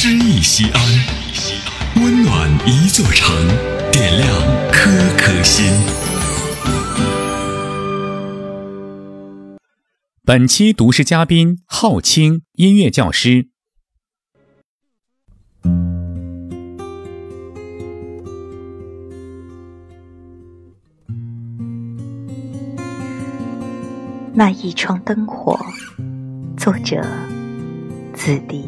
诗意西安，温暖一座城，点亮颗颗心。 本期读诗嘉宾浩清，音乐教师。 那一窗灯火，作者子迪。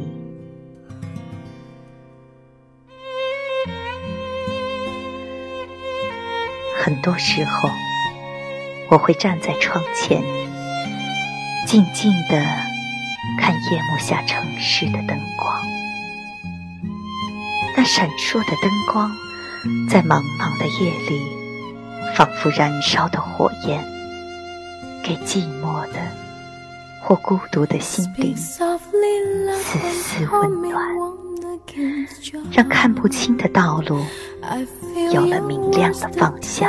很多时候，我会站在窗前，静静地看夜幕下城市的灯光。那闪烁的灯光，在茫茫的夜里，仿佛燃烧的火焰，给寂寞的或孤独的心灵丝丝温暖，让看不清的道路有了明亮的方向。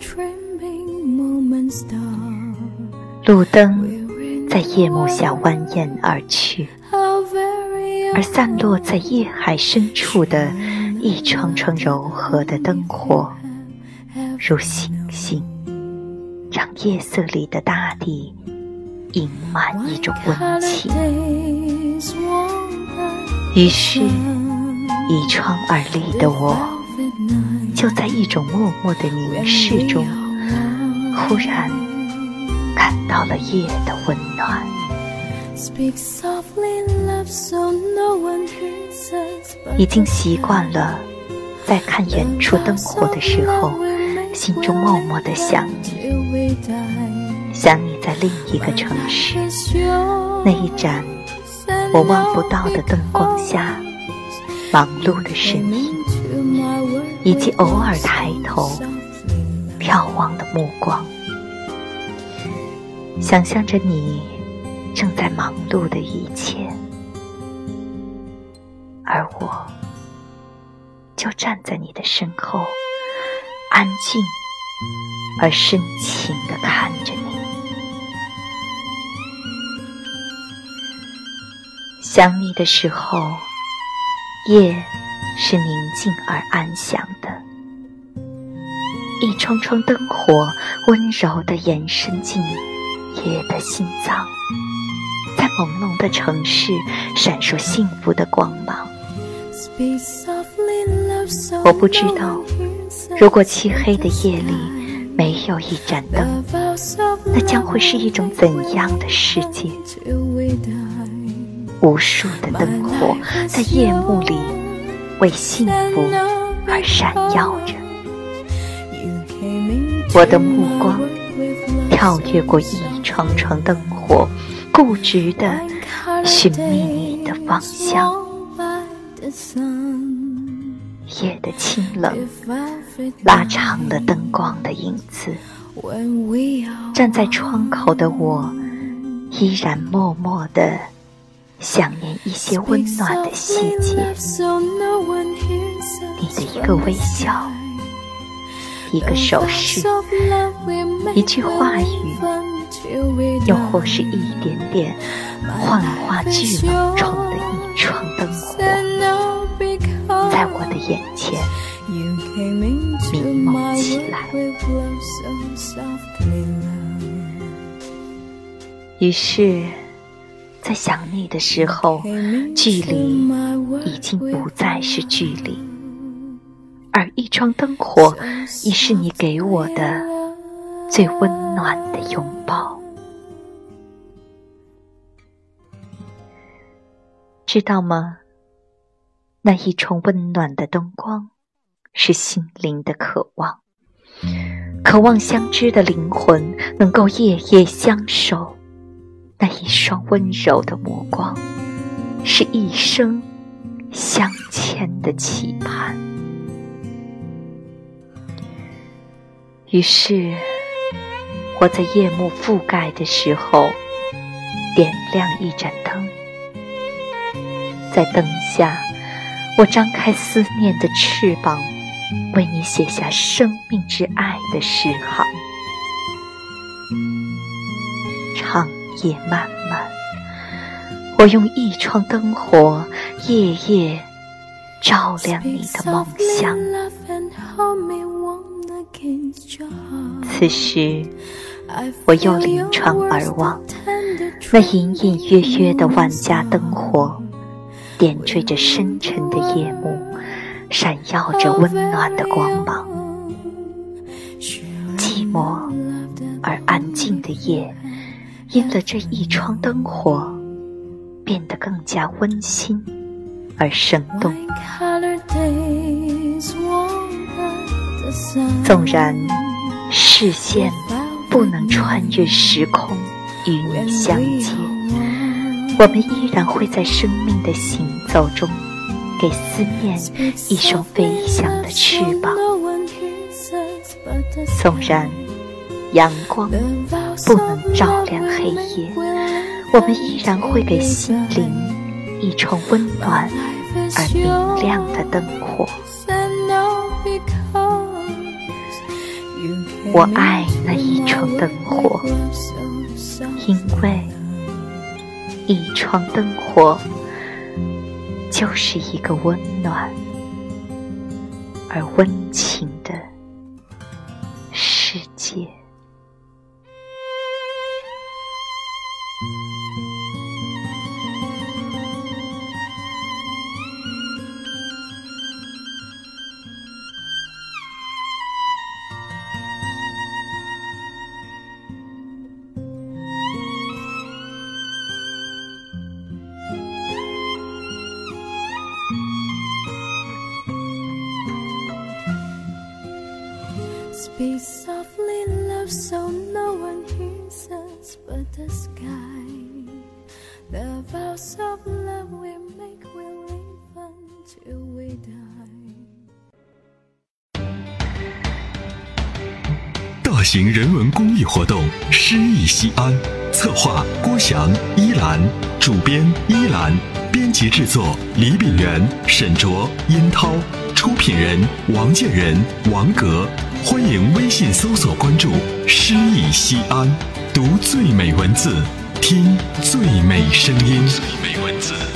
路灯在夜幕下蜿蜒而去，而散落在夜海深处的一窗窗柔和的灯火，如星星，让夜色里的大地盈满一种温情。于是倚窗而立的我，就在一种默默的凝视中，忽然感到了夜的温暖。已经习惯了在看远处灯火的时候，心中默默地想你，想你在另一个城市，那一盏我望不到的灯光下忙碌的身影，以及偶尔抬头眺望的目光。想象着你正在忙碌的一切，而我就站在你的身后，安静而深情地看着你。想你的时候，夜是宁静而安详的，一窗窗灯火温柔地延伸进夜的心脏，在朦胧的城市闪烁幸福的光芒。我不知道，如果漆黑的夜里没有一盏灯，那将会是一种怎样的世界？无数的灯火在夜幕里为幸福而闪耀着。我的目光跳跃过一窗窗灯火，固执地寻觅你的方向。夜的清冷拉长了灯光的影子，站在窗口的我依然默默地想念一些温暖的细节，你的一个微笑，一个手势，一句话语，又或是一点点幻化巨蟒中的一窗灯火，在我的眼前明蒙起来。于是在想你的时候，距离已经不再是距离，而一窗灯火已是你给我的最温暖的拥抱。知道吗？那一窗温暖的灯光是心灵的渴望，渴望相知的灵魂能够夜夜相守。那一双温柔的目光是一生相牵的期盼。于是我在夜幕覆盖的时候点亮一盏灯，在灯下我张开思念的翅膀，为你写下生命之爱的诗行。长夜漫漫，我用一窗灯火夜夜照亮你的梦想。此时我又临窗而望，那隐隐约约的万家灯火点缀着深沉的夜幕，闪耀着温暖的光芒。寂寞而安静的夜，因了这一窗灯火，变得更加温馨而生动。纵然视线不能穿越时空与你相接，我们依然会在生命的行走中给思念一双飞翔的翅膀。纵然阳光不能照亮黑夜，我们依然会给心灵一窗温暖而明亮的灯火。我爱那一窗灯火，因为一窗灯火就是一个温暖而温情的世界。 Speak softly, love, so no one hears us but the sky. The vows of love we make will live until we die. 大型人文公益活动诗意西安，策划郭翔、依兰，主编依兰，编辑制作李炳元、沈卓、殷涛，出品人王建仁、王格。欢迎微信搜索关注诗意西安，读最美文字，听最美声音。最美文字。